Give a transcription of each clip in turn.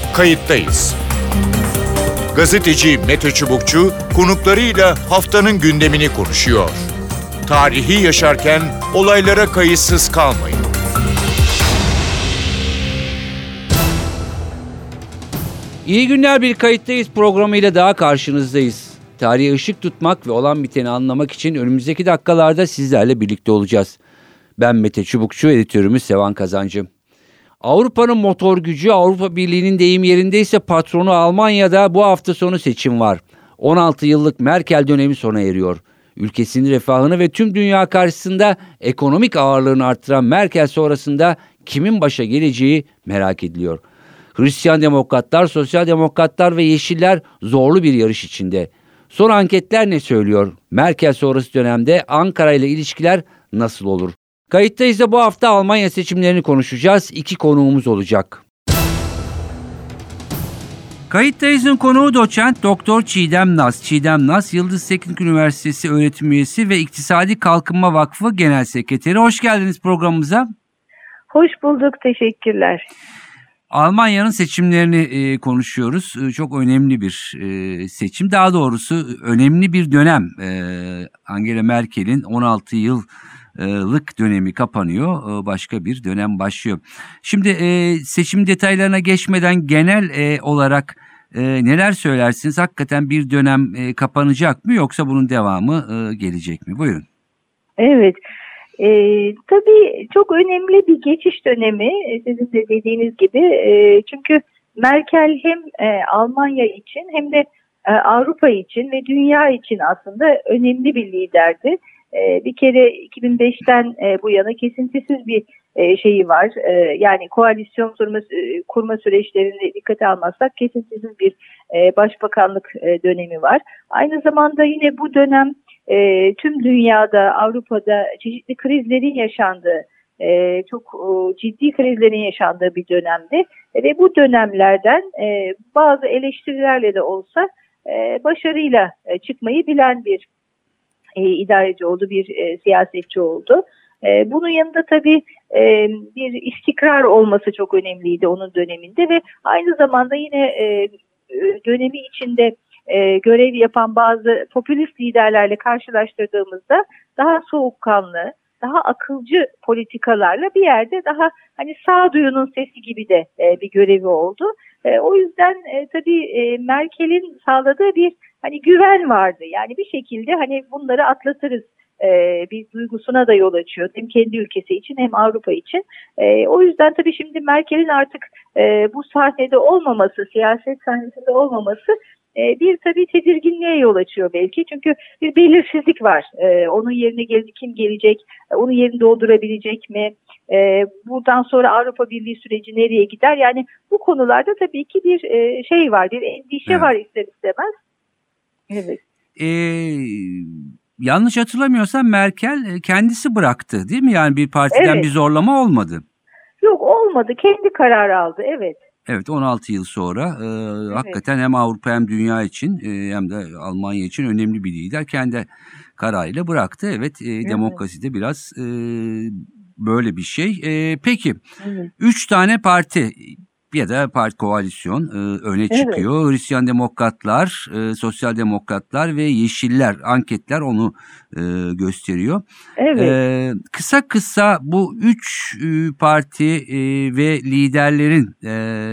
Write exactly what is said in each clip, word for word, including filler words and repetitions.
Kayıttayız. Gazeteci Mete Çubukçu konuklarıyla haftanın gündemini konuşuyor. Tarihi yaşarken olaylara kayıtsız kalmayın. İyi günler, bir Kayıttayız programıyla daha karşınızdayız. Tarihe ışık tutmak ve olan biteni anlamak için önümüzdeki dakikalarda sizlerle birlikte olacağız. Ben Mete Çubukçu, editörümüz Sevan Kazancı. Avrupa'nın motor gücü, Avrupa Birliği'nin deyim yerindeyse patronu Almanya'da bu hafta sonu seçim var. on altı yıllık Merkel dönemi sona eriyor. Ülkesinin refahını ve tüm dünya karşısında ekonomik ağırlığını artıran Merkel sonrasında kimin başa geleceği merak ediliyor. Hristiyan demokratlar, sosyal demokratlar ve yeşiller zorlu bir yarış içinde. Son anketler ne söylüyor? Merkel sonrası dönemde Ankara ile ilişkiler nasıl olur? Kayıttayız da bu hafta Almanya seçimlerini konuşacağız. İki konuğumuz olacak. Kayıttayız'ın konuğu doçent Doktor Çiğdem Naz. Çiğdem Naz, Yıldız Teknik Üniversitesi öğretim üyesi ve İktisadi Kalkınma Vakfı Genel Sekreteri. Hoş geldiniz programımıza. Hoş bulduk, teşekkürler. Almanya'nın seçimlerini e, konuşuyoruz. E, çok önemli bir e, seçim. Daha doğrusu önemli bir dönem. E, Angela Merkel'in on altı yıllık dönemi kapanıyor. E, başka bir dönem başlıyor. Şimdi e, seçim detaylarına geçmeden genel e, olarak e, neler söylersiniz? Hakikaten bir dönem e, kapanacak mı, yoksa bunun devamı e, gelecek mi? Buyurun. Evet. Ee, tabii çok önemli bir geçiş dönemi, sizin de dediğiniz gibi. E, çünkü Merkel hem e, Almanya için hem de e, Avrupa için ve dünya için aslında önemli bir liderdi. E, bir kere iki bin beşten e, bu yana kesintisiz bir e, şeyi var. E, yani koalisyon kurma, e, kurma süreçlerini dikkate almazsak kesintisiz bir e, başbakanlık e, dönemi var. Aynı zamanda yine bu dönem E, tüm dünyada, Avrupa'da çeşitli krizlerin yaşandığı, e, çok e, ciddi krizlerin yaşandığı bir dönemdi. E, ve bu dönemlerden e, bazı eleştirilerle de olsa e, başarıyla e, çıkmayı bilen bir e, idareci oldu, bir e, siyasetçi oldu. E, bunun yanında tabii e, bir istikrar olması çok önemliydi onun döneminde ve aynı zamanda yine e, dönemi içinde E, görev yapan bazı popülist liderlerle karşılaştırdığımızda daha soğukkanlı, daha akılcı politikalarla bir yerde daha hani sağduyunun sesi gibi de e, bir görevi oldu. E, o yüzden e, tabii e, Merkel'in sağladığı bir hani güven vardı. Yani bir şekilde hani bunları atlatırız e, bir duygusuna da yol açıyor. Hem kendi ülkesi için hem Avrupa için. E, o yüzden tabii şimdi Merkel'in artık e, bu sahnede olmaması, siyaset sahnesinde olmaması bir tabii tedirginliğe yol açıyor belki. Çünkü bir belirsizlik var. Ee, onun yerine geldi kim gelecek? Onun yerini doldurabilecek mi? Ee, buradan sonra Avrupa Birliği süreci nereye gider? Yani bu konularda tabii ki bir e, şey var, bir endişe evet. var ister istemez. Evet. Ee, yanlış hatırlamıyorsam Merkel kendisi bıraktı, değil mi? Yani bir partiden evet. bir zorlama olmadı. Yok, olmadı. Kendi kararı aldı. Evet. Evet, on altı yıl sonra e, evet. hakikaten hem Avrupa hem dünya için e, hem de Almanya için önemli bir lider kendi kararıyla bıraktı. Evet, e, evet. demokraside biraz e, böyle bir şey. E, peki, evet. üç tane parti ya da parti koalisyon e, öne evet. çıkıyor. Hristiyan demokratlar, e, sosyal demokratlar ve yeşiller, anketler onu e, gösteriyor. Evet. E, kısa kısa bu üç e, parti e, ve liderlerin e,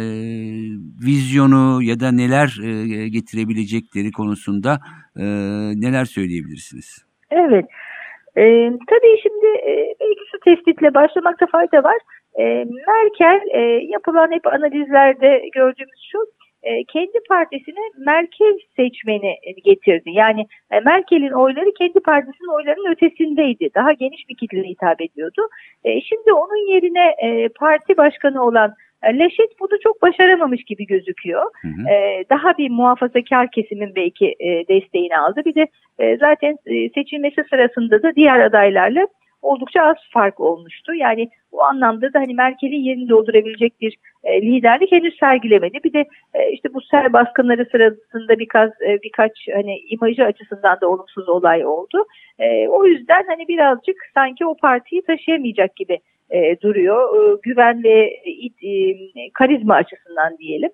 vizyonu ya da neler e, getirebilecekleri konusunda e, neler söyleyebilirsiniz? Evet. E, tabii şimdi e, belki şu tespitle başlamakta fayda var. E, Merkel e, yapılan hep analizlerde gördüğümüz şu, e, kendi partisine Merkel seçmeni getirdi. Yani e, Merkel'in oyları kendi partisinin oylarının ötesindeydi. Daha geniş bir kitleye hitap ediyordu. E, şimdi onun yerine e, parti başkanı olan e, Laschet bunu çok başaramamış gibi gözüküyor. Hı hı. E, daha bir muhafazakar kesimin belki e, desteğini aldı. Bir de e, zaten e, seçilmesi sırasında da diğer adaylarla oldukça az fark olmuştu. Yani bu anlamda da hani Merkel'in yerini doldurabilecek bir e, liderlik henüz sergilemedi. Bir de e, işte bu ser baskınları sırasında birkaç e, birkaç hani imajı açısından da olumsuz olay oldu. E, o yüzden hani birazcık sanki o partiyi taşıyamayacak gibi e, duruyor. E, güven ve e, e, karizma açısından diyelim.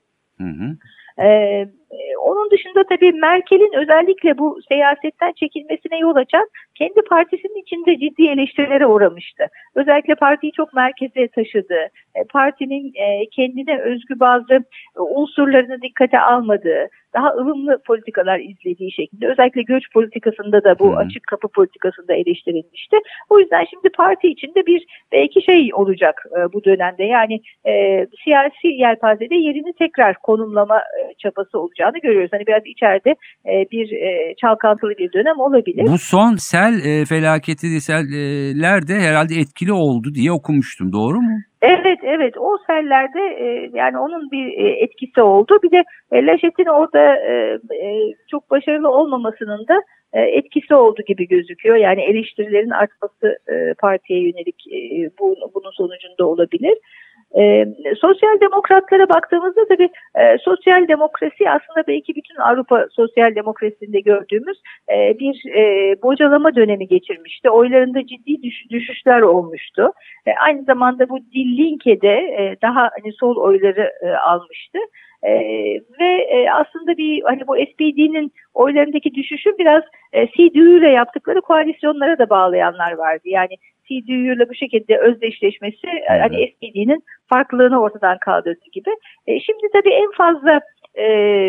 Hı hı. Ee, onun dışında tabii Merkel'in özellikle bu siyasetten çekilmesine yol açan kendi partisinin içinde ciddi eleştirilere uğramıştı. Özellikle partiyi çok merkeze taşıdı. E, partinin e, kendine özgü bazı e, unsurlarını dikkate almadığı, daha ılımlı politikalar izlediği şeklinde. Özellikle göç politikasında da bu Hı. açık kapı politikasında eleştirilmişti. O yüzden şimdi parti içinde bir belki şey olacak e, bu dönemde. Yani e, siyasi yelpazede yerini tekrar konumlama e, çabası olacağını görüyoruz. Hani biraz içeride e, bir e, çalkantılı bir dönem olabilir. Bu son sel e, felaketi, seller de herhalde etkili oldu diye okumuştum. Doğru mu? Evet, evet. O sellerde e, yani onun bir e, etkisi oldu. Bir de e, Laschet'in orada e, e, çok başarılı olmamasının da e, etkisi oldu gibi gözüküyor. Yani eleştirilerin artması e, partiye yönelik e, bu, bunun sonucunda olabilir. E, sosyal demokratlara baktığımızda tabii e, sosyal demokrasi aslında belki bütün Avrupa sosyal demokrasisinde gördüğümüz e, bir e, bocalama dönemi geçirmişti. Oylarında ciddi düş, düşüşler olmuştu. E, aynı zamanda bu Die Linke'de e, daha hani sol oyları e, almıştı. E, ve e, aslında bir hani bu S P D'nin oylarındaki düşüşü biraz e, C D U ile yaptıkları koalisyonlara da bağlayanlar vardı. Yani C D U ile bu şekilde özdeşleşmesi evet. hani S P D'nin farklılığını ortadan kaldırdı gibi. E, şimdi tabii en fazla e,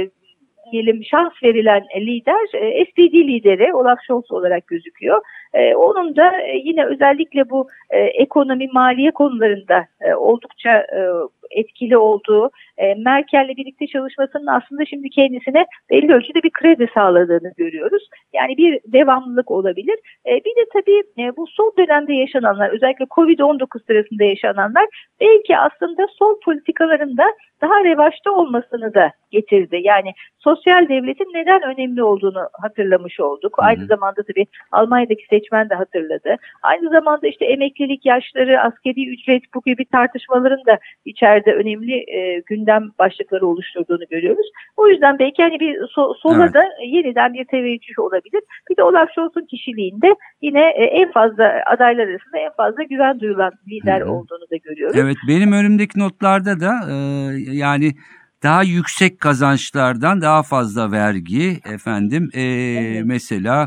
diyelim şans verilen lider e, S P D lideri Olaf Scholz olarak gözüküyor. E, onun da e, yine özellikle bu e, ekonomi, maliye konularında e, oldukça e, etkili olduğu, e, Merkel'le birlikte çalışmasının aslında şimdi kendisine belli ölçüde bir kredi sağladığını görüyoruz. Yani bir devamlılık olabilir. E, bir de tabii e, bu son dönemde yaşananlar, özellikle kovid on dokuz sırasında yaşananlar belki aslında sol politikalarında daha revaçta olmasını da getirdi. Yani sosyal devletin neden önemli olduğunu hatırlamış olduk. Hı hı. Aynı zamanda tabii Almanya'daki seçmen de hatırladı. Aynı zamanda işte emeklilik yaşları, askeri ücret bu gibi tartışmaların da içeride önemli e, gündem başlıkları oluşturduğunu görüyoruz. O yüzden belki hani bir so- sola evet. da yeniden bir teveccüh olabilir. Bir de Olaf Scholz'un kişiliğinde yine e, en fazla adaylar arasında en fazla güven duyulan lider hı hı. olduğunu da görüyoruz. Evet, benim önümdeki notlarda da e, yani daha yüksek kazançlardan daha fazla vergi efendim e, evet. mesela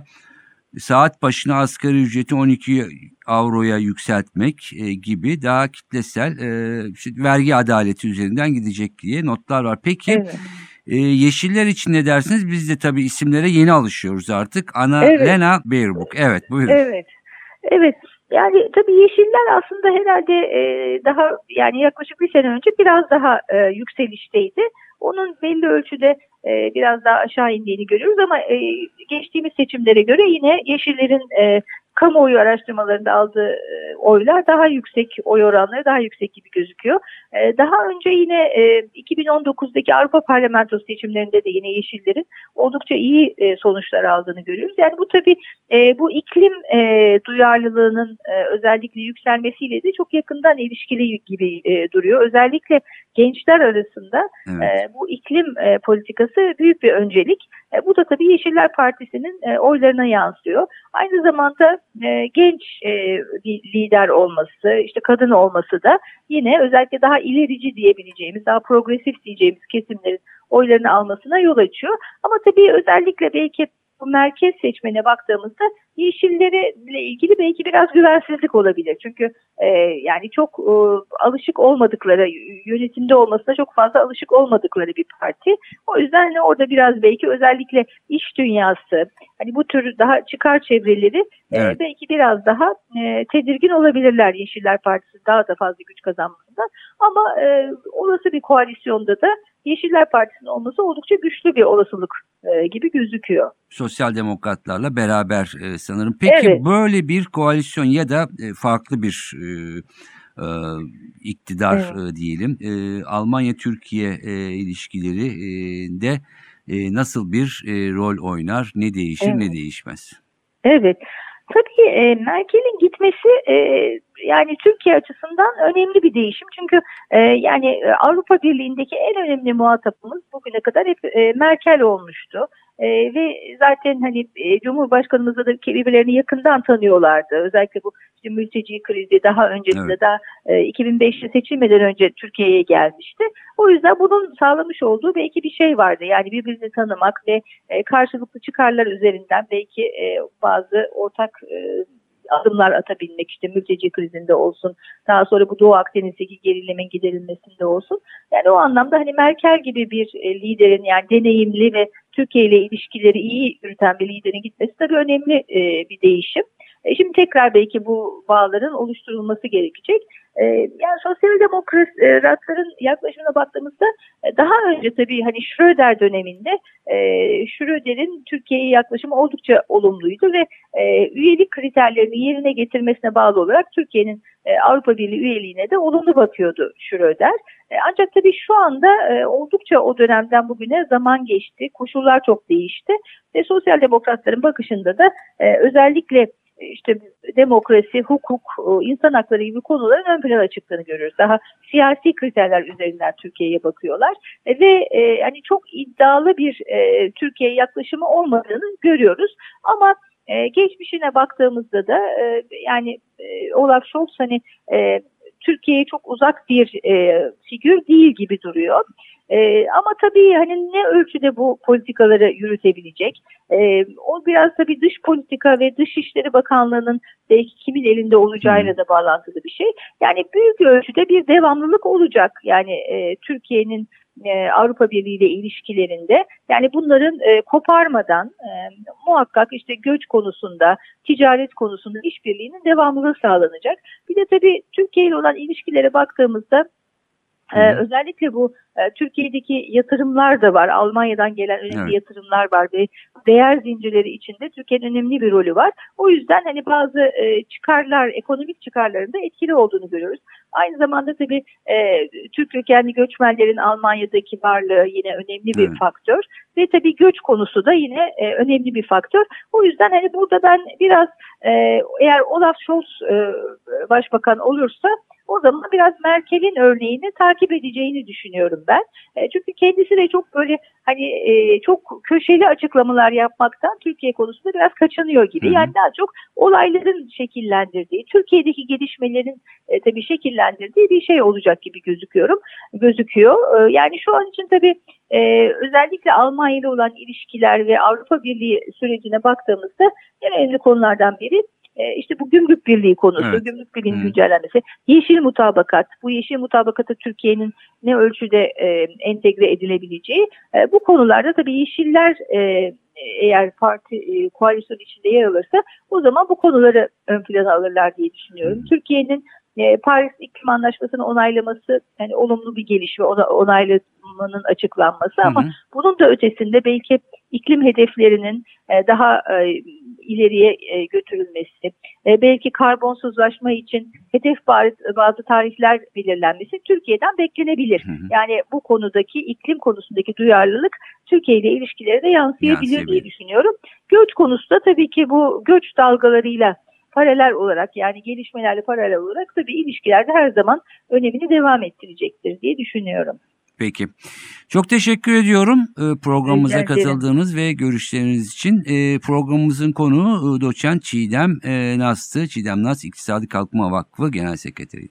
saat başına asgari ücreti on iki avroya yükseltmek e, gibi daha kitlesel e, işte vergi adaleti üzerinden gidecek diye notlar var. Peki evet. e, Yeşiller için ne dersiniz? Biz de tabii isimlere yeni alışıyoruz artık. Annalena evet. Baerbock. Evet, buyurun. Evet. Evet. Yani tabii Yeşiller aslında herhalde e, daha yani yaklaşık bir sene önce biraz daha e, yükselişteydi. Onun belli ölçüde e, biraz daha aşağı indiğini görüyoruz ama e, geçtiğimiz seçimlere göre yine Yeşillerin e, kamuoyu araştırmalarında aldığı e, oylar daha yüksek, oy oranları daha yüksek gibi gözüküyor. E, daha önce yine e, iki bin on dokuzdaki Avrupa Parlamentosu seçimlerinde de yine Yeşillerin oldukça iyi e, sonuçlar aldığını görüyoruz. Yani bu tabii e, bu iklim e, duyarlılığının e, özellikle yükselmesiyle de çok yakından ilişkili gibi e, duruyor. Özellikle gençler arasında evet. e, bu iklim e, politikası büyük bir öncelik. E, bu da tabii Yeşiller Partisi'nin e, oylarına yansıyor. Aynı zamanda e, genç e, bir lider olması, işte kadın olması da yine özellikle daha ilerici diyebileceğimiz, daha progresif diyeceğimiz kesimlerin oylarını almasına yol açıyor. Ama tabii özellikle belki bu merkez seçmene baktığımızda Yeşillerle ilgili belki biraz güvensizlik olabilir. Çünkü e, yani çok e, alışık olmadıkları, yönetimde olmasına çok fazla alışık olmadıkları bir parti. O yüzden hani orada biraz belki özellikle iş dünyası, hani bu tür daha çıkar çevreleri evet. e, belki biraz daha e, tedirgin olabilirler Yeşiller Partisi daha da fazla güç kazanmasında. Ama e, olası bir koalisyonda da Yeşiller Partisi'nin olması oldukça güçlü bir olasılık e, gibi gözüküyor. Sosyal demokratlarla beraber e, sanırım. Peki evet. böyle bir koalisyon ya da e, farklı bir e, e, iktidar evet. e, diyelim e, Almanya-Türkiye e, ilişkileri de e, nasıl bir e, rol oynar, ne değişir evet. ne değişmez? Evet. Tabii e, Merkel'in gitmesi e, yani Türkiye açısından önemli bir değişim. Çünkü e, yani Avrupa Birliği'ndeki en önemli muhatabımız bugüne kadar hep e, Merkel olmuştu. E, ve zaten hani e, Cumhurbaşkanımızla da birbirlerini yakından tanıyorlardı. Özellikle bu işte mülteci krizi daha öncesinde Evet. daha e, iki bin beşte seçilmeden önce Türkiye'ye gelmişti. O yüzden bunun sağlamış olduğu belki bir şey vardı. Yani birbirini tanımak ve e, karşılıklı çıkarlar üzerinden belki e, bazı ortak e, adımlar atabilmek, işte mülteci krizinde olsun, daha sonra bu Doğu Akdeniz'deki gerilimin giderilmesinde olsun. Yani o anlamda hani Merkel gibi bir e, liderin, yani deneyimli ve Türkiye ile ilişkileri iyi yürüten bir liderin gitmesi tabii önemli e, bir değişim. E, şimdi tekrar belki bu bağların oluşturulması gerekecek. E, yani sosyal demokratların yaklaşımına baktığımızda e, daha önce tabii hani Schröder döneminde e, Schröder'in Türkiye'ye yaklaşımı oldukça olumluydu ve e, üyelik kriterlerini yerine getirmesine bağlı olarak Türkiye'nin e, Avrupa Birliği üyeliğine de olumlu bakıyordu Schröder. E, ancak tabii şu anda e, oldukça o dönemden bugüne zaman geçti, koşullar çok değişti ve sosyal demokratların bakışında da e, özellikle işte demokrasi, hukuk, insan hakları gibi konuların ön plana çıktığını görüyoruz. Daha siyasi kriterler üzerinden Türkiye'ye bakıyorlar ve e, yani çok iddialı bir e, Türkiye yaklaşımı olmadığını görüyoruz. Ama e, geçmişine baktığımızda da e, yani e, Olaf Scholz hani e, Türkiye'ye çok uzak bir e, figür değil gibi duruyor. Ee, ama tabii hani ne ölçüde bu politikaları yürütebilecek? Ee, o biraz tabii dış politika ve Dışişleri Bakanlığı'nın belki kimin elinde olacağıyla da bağlantılı bir şey. Yani büyük ölçüde bir devamlılık olacak. Yani e, Türkiye'nin e, Avrupa Birliği ile ilişkilerinde, yani bunların e, koparmadan e, muhakkak işte göç konusunda, ticaret konusunda işbirliğinin devamlılığı sağlanacak. Bir de tabii Türkiye ile olan ilişkilere baktığımızda Ee, özellikle bu e, Türkiye'deki yatırımlar da var. Almanya'dan gelen önemli Evet. yatırımlar var ve değer zincirleri içinde Türkiye'nin önemli bir rolü var. O yüzden hani bazı e, çıkarlar, ekonomik çıkarların da etkili olduğunu görüyoruz. Aynı zamanda tabii e, Türk kökenli göçmenlerin Almanya'daki varlığı yine önemli bir Evet. faktör ve tabii göç konusu da yine e, önemli bir faktör. O yüzden hani burada ben biraz e, eğer Olaf Scholz e, başbakan olursa o zaman biraz Merkel'in örneğini takip edeceğini düşünüyorum ben. E, çünkü kendisi de çok böyle hani e, çok köşeli açıklamalar yapmaktan Türkiye konusunda biraz kaçınıyor gibi. Hı hı. Yani daha çok olayların şekillendirdiği, Türkiye'deki gelişmelerin e, tabii şekillendirdiği bir şey olacak gibi gözüküyorum, gözüküyor. E, yani şu an için tabii e, özellikle Almanya ile olan ilişkiler ve Avrupa Birliği sürecine baktığımızda en önemli konulardan biri İşte bu gümrük birliği konusu, Evet. gümrük birliğinin Hı. güncellenmesi, yeşil mutabakat, bu yeşil mutabakata Türkiye'nin ne ölçüde e, entegre edilebileceği, e, bu konularda tabii Yeşiller e, eğer parti e, koalisyon içinde yer alırsa o zaman bu konuları ön plana alırlar diye düşünüyorum. Hı. Türkiye'nin e, Paris İklim Anlaşması'nı onaylaması yani olumlu bir gelişme, ona onaylamanın açıklanması, Hı ama hı. bunun da ötesinde belki iklim hedeflerinin e, daha e, ileriye e, götürülmesi, e, belki karbonsuzlaşma için hedef bazı, bazı tarihler belirlenmesi Türkiye'den beklenebilir. Hı hı. Yani bu konudaki iklim konusundaki duyarlılık Türkiye ile ilişkilere de yansıyabilir Yansıyabilir. diye düşünüyorum. Göç konusu da tabii ki bu göç dalgalarıyla paralel olarak, yani gelişmelerle paralel olarak tabii ilişkilerde her zaman önemini devam ettirecektir diye düşünüyorum. Peki. Çok teşekkür ediyorum e, programımıza Rica ederim. katıldığınız ve görüşleriniz için. E, programımızın konuğu e, doçent Çiğdem e, Nas'tı. Çiğdem Nas, İktisadi Kalkınma Vakfı Genel Sekreteriydi.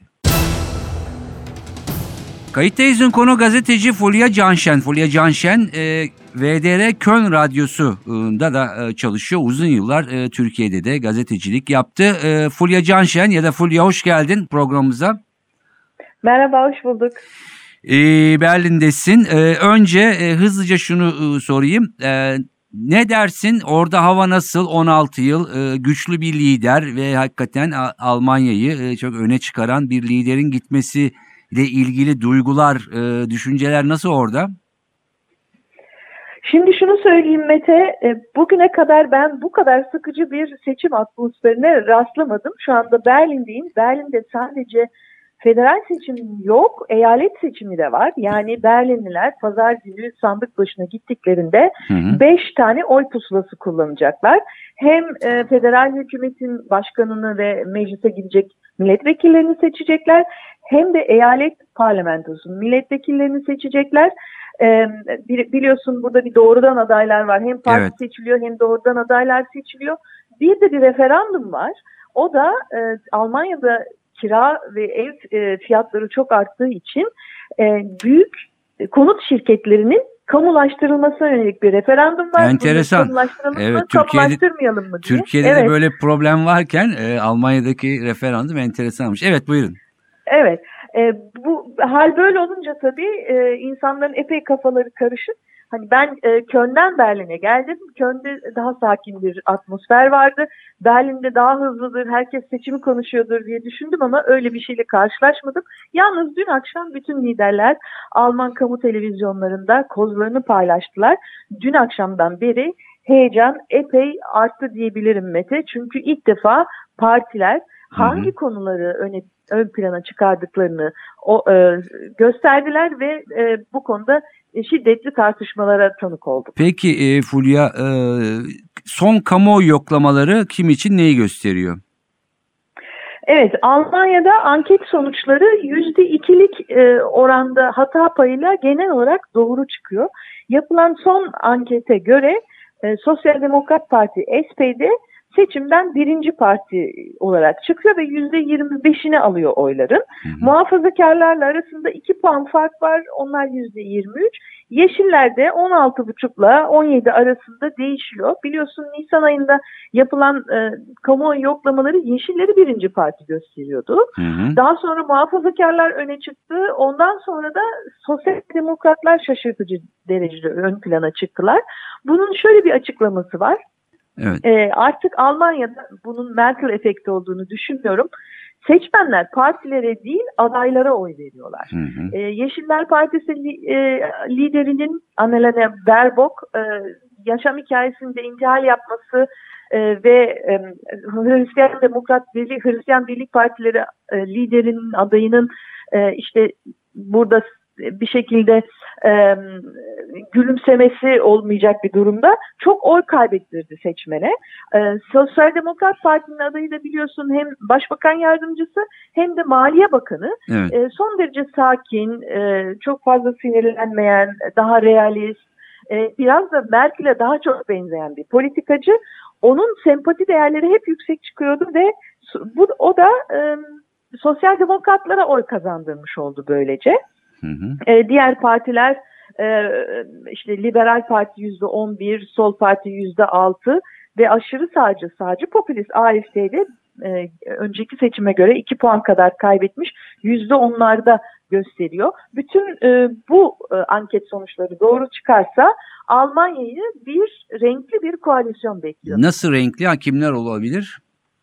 Kayıttayız'ın konu gazeteci Fulya Canşen. Fulya Canşen e, V D R Köln Radyosu'nda da e, çalışıyor. Uzun yıllar e, Türkiye'de de gazetecilik yaptı. E, Fulya Canşen ya da Fulya, hoş geldin programımıza. Merhaba, hoş bulduk. E, Berlin'desin. E, önce e, hızlıca şunu e, sorayım. E, ne dersin? Orada hava nasıl? on altı yıl e, güçlü bir lider ve hakikaten A- Almanya'yı e, çok öne çıkaran bir liderin gitmesiyle ilgili duygular, e, düşünceler nasıl orada? Şimdi şunu söyleyeyim Mete, e, bugüne kadar ben bu kadar sıkıcı bir seçim atmosferine rastlamadım. Şu anda Berlin'deyim. Berlin'de sadece federal seçim yok, eyalet seçimi de var. Yani Berlinliler pazar günü sandık başına gittiklerinde Hı hı. beş tane oy pusulası kullanacaklar. Hem e, federal hükümetin başkanını ve meclise gidecek milletvekillerini seçecekler, hem de eyalet parlamentosunun milletvekillerini seçecekler. Ee, biliyorsun burada bir doğrudan adaylar var. Hem parti Evet. seçiliyor hem doğrudan adaylar seçiliyor. Bir de bir referandum var. O da e, Almanya'da kira ve ev e, fiyatları çok arttığı için e, büyük konut şirketlerinin kamulaştırılmasına yönelik bir referandum var. Enteresan. Kamulaştıralım Evet, mı, kamulaştırmayalım mı diye. Türkiye'de Evet. de böyle problem varken e, Almanya'daki referandum enteresanmış. Evet, buyurun. Evet. E, bu hal böyle olunca tabii e, insanların epey kafaları karışık. Hani ben e, Köln'den Berlin'e geldim. Köln'de daha sakin bir atmosfer vardı. Berlin'de daha hızlıdır, herkes seçimi konuşuyordur diye düşündüm ama öyle bir şeyle karşılaşmadım. Yalnız dün akşam bütün liderler Alman kamu televizyonlarında kozlarını paylaştılar. Dün akşamdan beri heyecan epey arttı diyebilirim Mete. Çünkü ilk defa partiler hangi Hı-hı. konuları öne, ön plana çıkardıklarını o, e, gösterdiler ve e, bu konuda şiddetli tartışmalara tanık olduk. Peki e, Fulya, e, son kamuoyu yoklamaları kim için neyi gösteriyor? Evet, Almanya'da anket sonuçları yüzde ikilik e, oranda hata payıyla genel olarak doğru çıkıyor. Yapılan son ankete göre e, Sosyal Demokrat Parti S P D seçimden birinci parti olarak çıkıyor ve yüzde yirmi beşini alıyor oyların. Hı hı. Muhafazakarlarla arasında iki puan fark var. Onlar yüzde yirmi üç. Yeşillerde on altı buçukla on yedi arasında değişiyor. Biliyorsun Nisan ayında yapılan e, kamuoyu yoklamaları Yeşilleri birinci parti gösteriyordu. Hı hı. Daha sonra muhafazakarlar öne çıktı. Ondan sonra da Sosyal Demokratlar şaşırtıcı derecede ön plana çıktılar. Bunun şöyle bir açıklaması var. Evet. E, artık Almanya'da bunun Merkel efekti olduğunu düşünmüyorum. Seçmenler partilere değil adaylara oy veriyorlar. Hı hı. E, Yeşiller Partisi li, e, liderinin Annalena Baerbock e, yaşam hikayesinde intihal yapması e, ve e, Hristiyan Demokrat Birlik, Hristiyan Birlik Partileri e, liderinin adayının e, işte burada bir şekilde e, gülümsemesi olmayacak bir durumda çok oy kaybettirdi seçmene. E, Sosyal Demokrat Parti'nin adayı da biliyorsun hem Başbakan Yardımcısı hem de Maliye Bakanı. Evet. E, son derece sakin, e, çok fazla sinirlenmeyen, daha realist, e, biraz da Merkel'e daha çok benzeyen bir politikacı. Onun sempati değerleri hep yüksek çıkıyordu ve bu o da e, Sosyal Demokratlara oy kazandırmış oldu böylece. Hı hı. E, diğer partiler e, işte Liberal Parti yüzde on bir, Sol Parti yüzde altı ve aşırı sağcı sağcı popülist A F D'de e, önceki seçime göre iki puan kadar kaybetmiş, yüzde onlarda gösteriyor. Bütün e, bu e, anket sonuçları doğru çıkarsa Almanya'yı bir renkli bir koalisyon bekliyor. Nasıl renkli? Ha, kimler olabilir?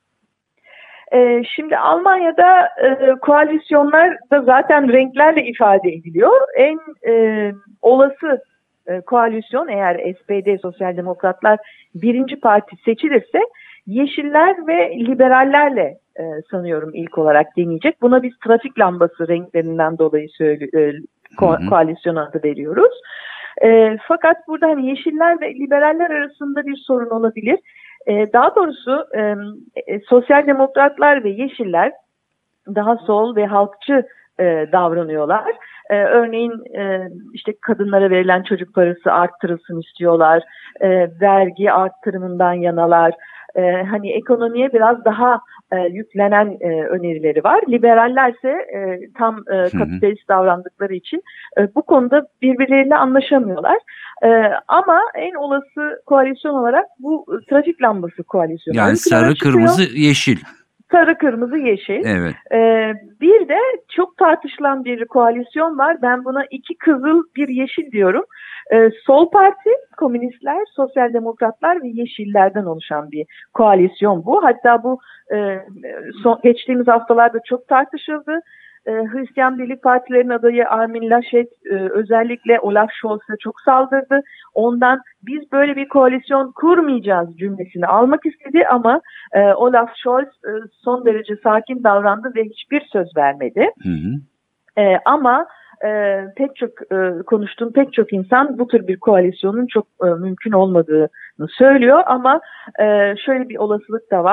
Şimdi Almanya'da e, koalisyonlar da zaten renklerle ifade ediliyor. En e, olası e, koalisyon eğer S P D, Sosyal Demokratlar birinci parti seçilirse Yeşiller ve Liberallerle e, sanıyorum ilk olarak deneyecek. Buna biz trafik lambası renklerinden dolayı söyle, e, ko- koalisyon adı veriyoruz. E, fakat burada hani Yeşiller ve Liberaller arasında bir sorun olabilir. Daha doğrusu e, Sosyal Demokratlar ve Yeşiller daha sol ve halkçı e, davranıyorlar. E, örneğin e, işte kadınlara verilen çocuk parası arttırılsın istiyorlar. E, vergi arttırımından yanalar. E, hani ekonomiye biraz daha e, yüklenen e, önerileri var. Liberallerse e, tam e, kapitalist davrandıkları için e, bu konuda birbirleriyle anlaşamıyorlar. E, ama en olası koalisyon olarak bu trafik lambası koalisyonu. Yani sarı, kırmızı, yeşil. Sarı, kırmızı, yeşil. Evet. Ee, bir de çok tartışılan bir koalisyon var. Ben buna iki kızıl, bir yeşil diyorum. Ee, Sol Parti, Komünistler, Sosyal Demokratlar ve Yeşillerden oluşan bir koalisyon bu. Hatta bu e, son, geçtiğimiz haftalarda çok tartışıldı. E, Hristiyan Birlik Partilerin adayı Armin Laschet e, özellikle Olaf Scholz'a çok saldırdı. Ondan biz böyle bir koalisyon kurmayacağız cümlesini almak istedi ama e, Olaf Scholz e, son derece sakin davrandı ve hiçbir söz vermedi. Hı hı. E, ama e, pek çok e, konuştuğum pek çok insan bu tür bir koalisyonun çok e, mümkün olmadığını söylüyor ama e, şöyle bir olasılık da var.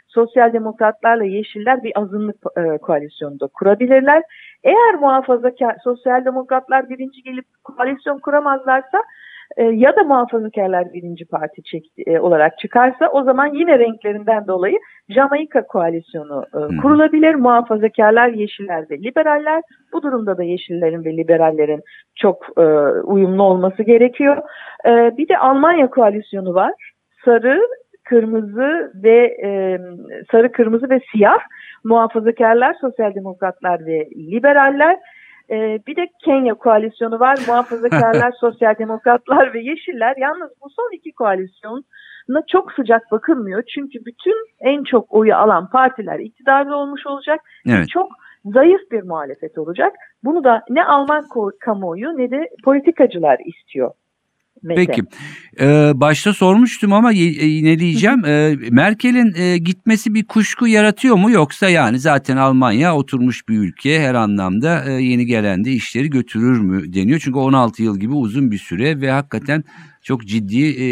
Sosyal Demokratlarla Yeşiller bir azınlık e, koalisyonu da kurabilirler. Eğer muhafazakar Sosyal Demokratlar birinci gelip koalisyon kuramazlarsa e, ya da muhafazakarlar birinci parti çek, e, olarak çıkarsa o zaman yine renklerinden dolayı Jamaika koalisyonu e, hmm. kurulabilir. Muhafazakarlar, Yeşiller ve Liberaller. Bu durumda da Yeşillerin ve Liberallerin çok e, uyumlu olması gerekiyor. E, bir de Almanya koalisyonu var. Sarı, kırmızı ve e, sarı, kırmızı ve siyah. Muhafazakarlar, Sosyal Demokratlar ve Liberaller. Ee, bir de Kenya koalisyonu var. Muhafazakarlar, Sosyal Demokratlar ve Yeşiller. Yalnız bu son iki koalisyona çok sıcak bakılmıyor. Çünkü bütün en çok oyu alan partiler iktidarda olmuş olacak. Evet. Çok zayıf bir muhalefet olacak. Bunu da ne Alman kamuoyu ne de politikacılar istiyor. Mete. Peki. Ee, başta sormuştum ama yine diyeceğim. Ee, Merkel'in e, gitmesi bir kuşku yaratıyor mu? Yoksa yani zaten Almanya oturmuş bir ülke, her anlamda e, yeni gelen de işleri götürür mü deniyor. Çünkü on altı yıl gibi uzun bir süre ve hakikaten çok ciddi e,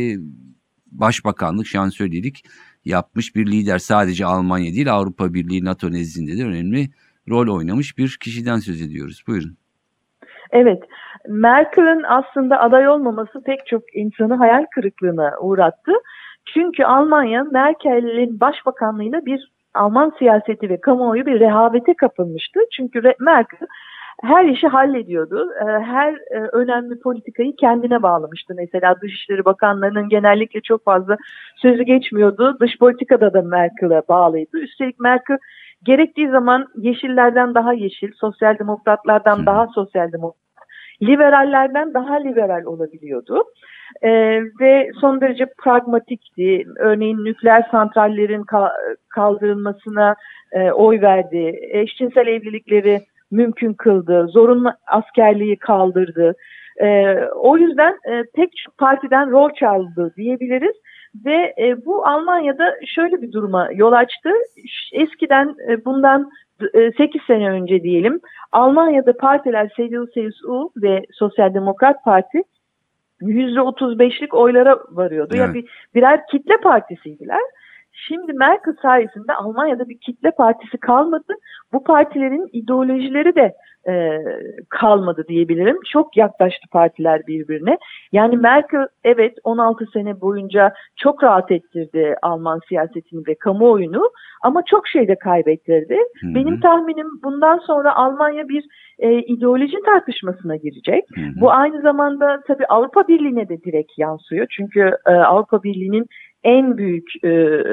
başbakanlık, şansölyelik yapmış bir lider. Sadece Almanya değil, Avrupa Birliği, NATO nezdinde de önemli rol oynamış bir kişiden söz ediyoruz. Buyurun. Evet, Merkel'in aslında aday olmaması pek çok insanı hayal kırıklığına uğrattı. Çünkü Almanya, Merkel'in başbakanlığıyla bir Alman siyaseti ve kamuoyu bir rehavete kapılmıştı. Çünkü Merkel her işi hallediyordu. Her önemli politikayı kendine bağlamıştı. Mesela Dışişleri Bakanlarının genellikle çok fazla sözü geçmiyordu. Dış politikada da Merkel'e bağlıydı. Üstelik Merkel gerektiği zaman Yeşillerden daha yeşil, Sosyal Demokratlardan hmm. daha sosyal demokrat, liberallerden daha liberal olabiliyordu. Ee, ve son derece pragmatikti. Örneğin nükleer santrallerin ka- kaldırılmasına e, oy verdi. Eşcinsel evlilikleri mümkün kıldı. Zorunlu askerliği kaldırdı. E, o yüzden e, pek çok partiden rol çaldı diyebiliriz. Ve e, bu Almanya'da şöyle bir duruma yol açtı. Eskiden e, bundan e, sekiz sene önce diyelim, Almanya'da partiler C D U, C S U ve Sosyal Demokrat Parti yüzde otuz beşlik oylara varıyordu. Evet. Ya bir birer kitle partisiydiler. Şimdi Merkel sayesinde Almanya'da bir kitle partisi kalmadı. Bu partilerin ideolojileri de e, kalmadı diyebilirim. Çok yaklaştı partiler birbirine. Yani Merkel evet on altı sene boyunca çok rahat ettirdi Alman siyasetini ve kamuoyunu ama çok şey de kaybettirdi. Hı-hı. Benim tahminim bundan sonra Almanya bir e, ideoloji tartışmasına girecek. Hı-hı. Bu aynı zamanda tabii Avrupa Birliği'ne de direkt yansıyor. Çünkü e, Avrupa Birliği'nin en büyük, e,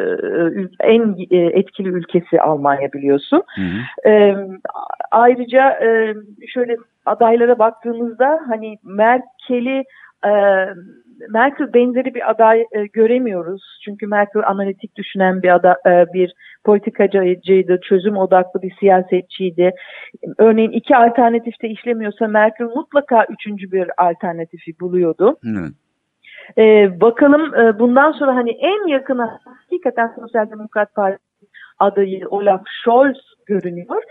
en etkili ülkesi Almanya biliyorsun. Hı hı. E, ayrıca e, şöyle adaylara baktığımızda hani Merkel'i e, Merkel benzeri bir aday e, göremiyoruz. Çünkü Merkel analitik düşünen bir ada, e, bir politikacıydı, çözüm odaklı bir siyasetçiydi. Örneğin iki alternatifte işlemiyorsa Merkel mutlaka üçüncü bir alternatifi buluyordu. Hı. Ee, bakalım e, bundan sonra hani en yakına hakikaten Sosyal Demokrat Parti adayı Olaf Scholz görünüyor.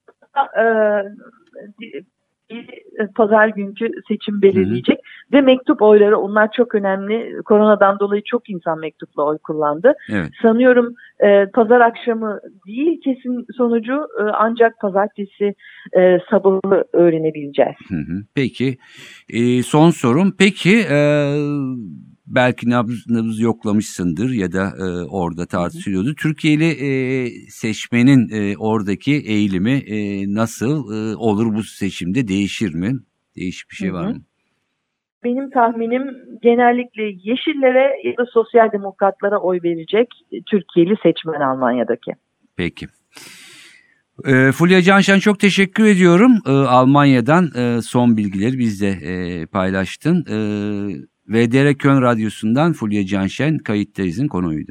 Ee, Pazar günkü seçim belirleyecek. Hı-hı. Ve mektup oyları, onlar çok önemli. Koronadan dolayı çok insan mektupla oy kullandı. Evet. Sanıyorum e, pazar akşamı değil kesin sonucu e, ancak pazartesi e, sabahı öğrenebileceğiz. Hı-hı. Peki e, son sorum. Peki e, belki nabız, nabız yoklamışsındır ya da e, orada tartışılıyordu. Hı-hı. Türkiye'li e, seçmenin e, oradaki eğilimi e, nasıl e, olur bu seçimde? Değişir mi? Değişik bir şey Hı-hı. var mı? Benim tahminim genellikle Yeşillere ya da Sosyal Demokratlara oy verecek Türkiye'li seçmen Almanya'daki. Peki. E, Fulya Canşen çok teşekkür ediyorum. E, Almanya'dan e, son bilgileri bizle e, paylaştın. E, V D R Köln Radyosu'ndan Fulya Canşen kayıttayız'ın konuğuydu.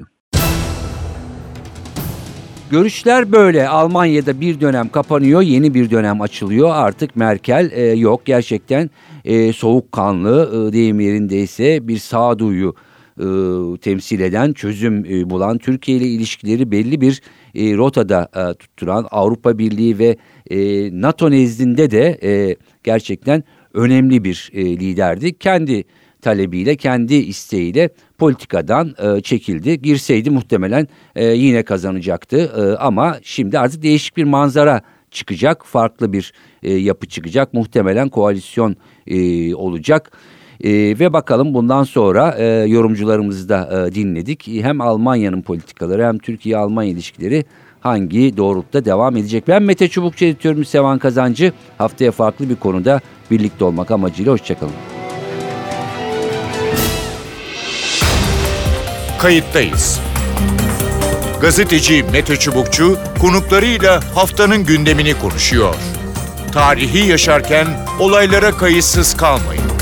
Görüşler böyle. Almanya'da bir dönem kapanıyor, yeni bir dönem açılıyor. Artık Merkel e, yok. Gerçekten e, soğukkanlı, e, deyim yerindeyse bir sağduyu e, temsil eden, çözüm e, bulan, Türkiye ile ilişkileri belli bir e, rotada e, tutturan, Avrupa Birliği ve e, NATO nezdinde de e, gerçekten önemli bir e, liderdi. Kendi talebiyle, kendi isteğiyle politikadan e, çekildi. Girseydi muhtemelen e, yine kazanacaktı e, ama şimdi artık değişik bir manzara çıkacak, farklı bir e, yapı çıkacak, muhtemelen koalisyon e, olacak. E, ve bakalım bundan sonra e, yorumcularımızı da e, dinledik. Hem Almanya'nın politikaları hem Türkiye-Almanya ilişkileri hangi doğrultuda devam edecek? Ben Mete Çubukçu, editörüm Sevan Kazancı. Haftaya farklı bir konuda birlikte olmak amacıyla hoşçakalın. Kayıttayız. Gazeteci Mete Çubukçu konuklarıyla haftanın gündemini konuşuyor. Tarihi yaşarken olaylara kayıtsız kalmayın.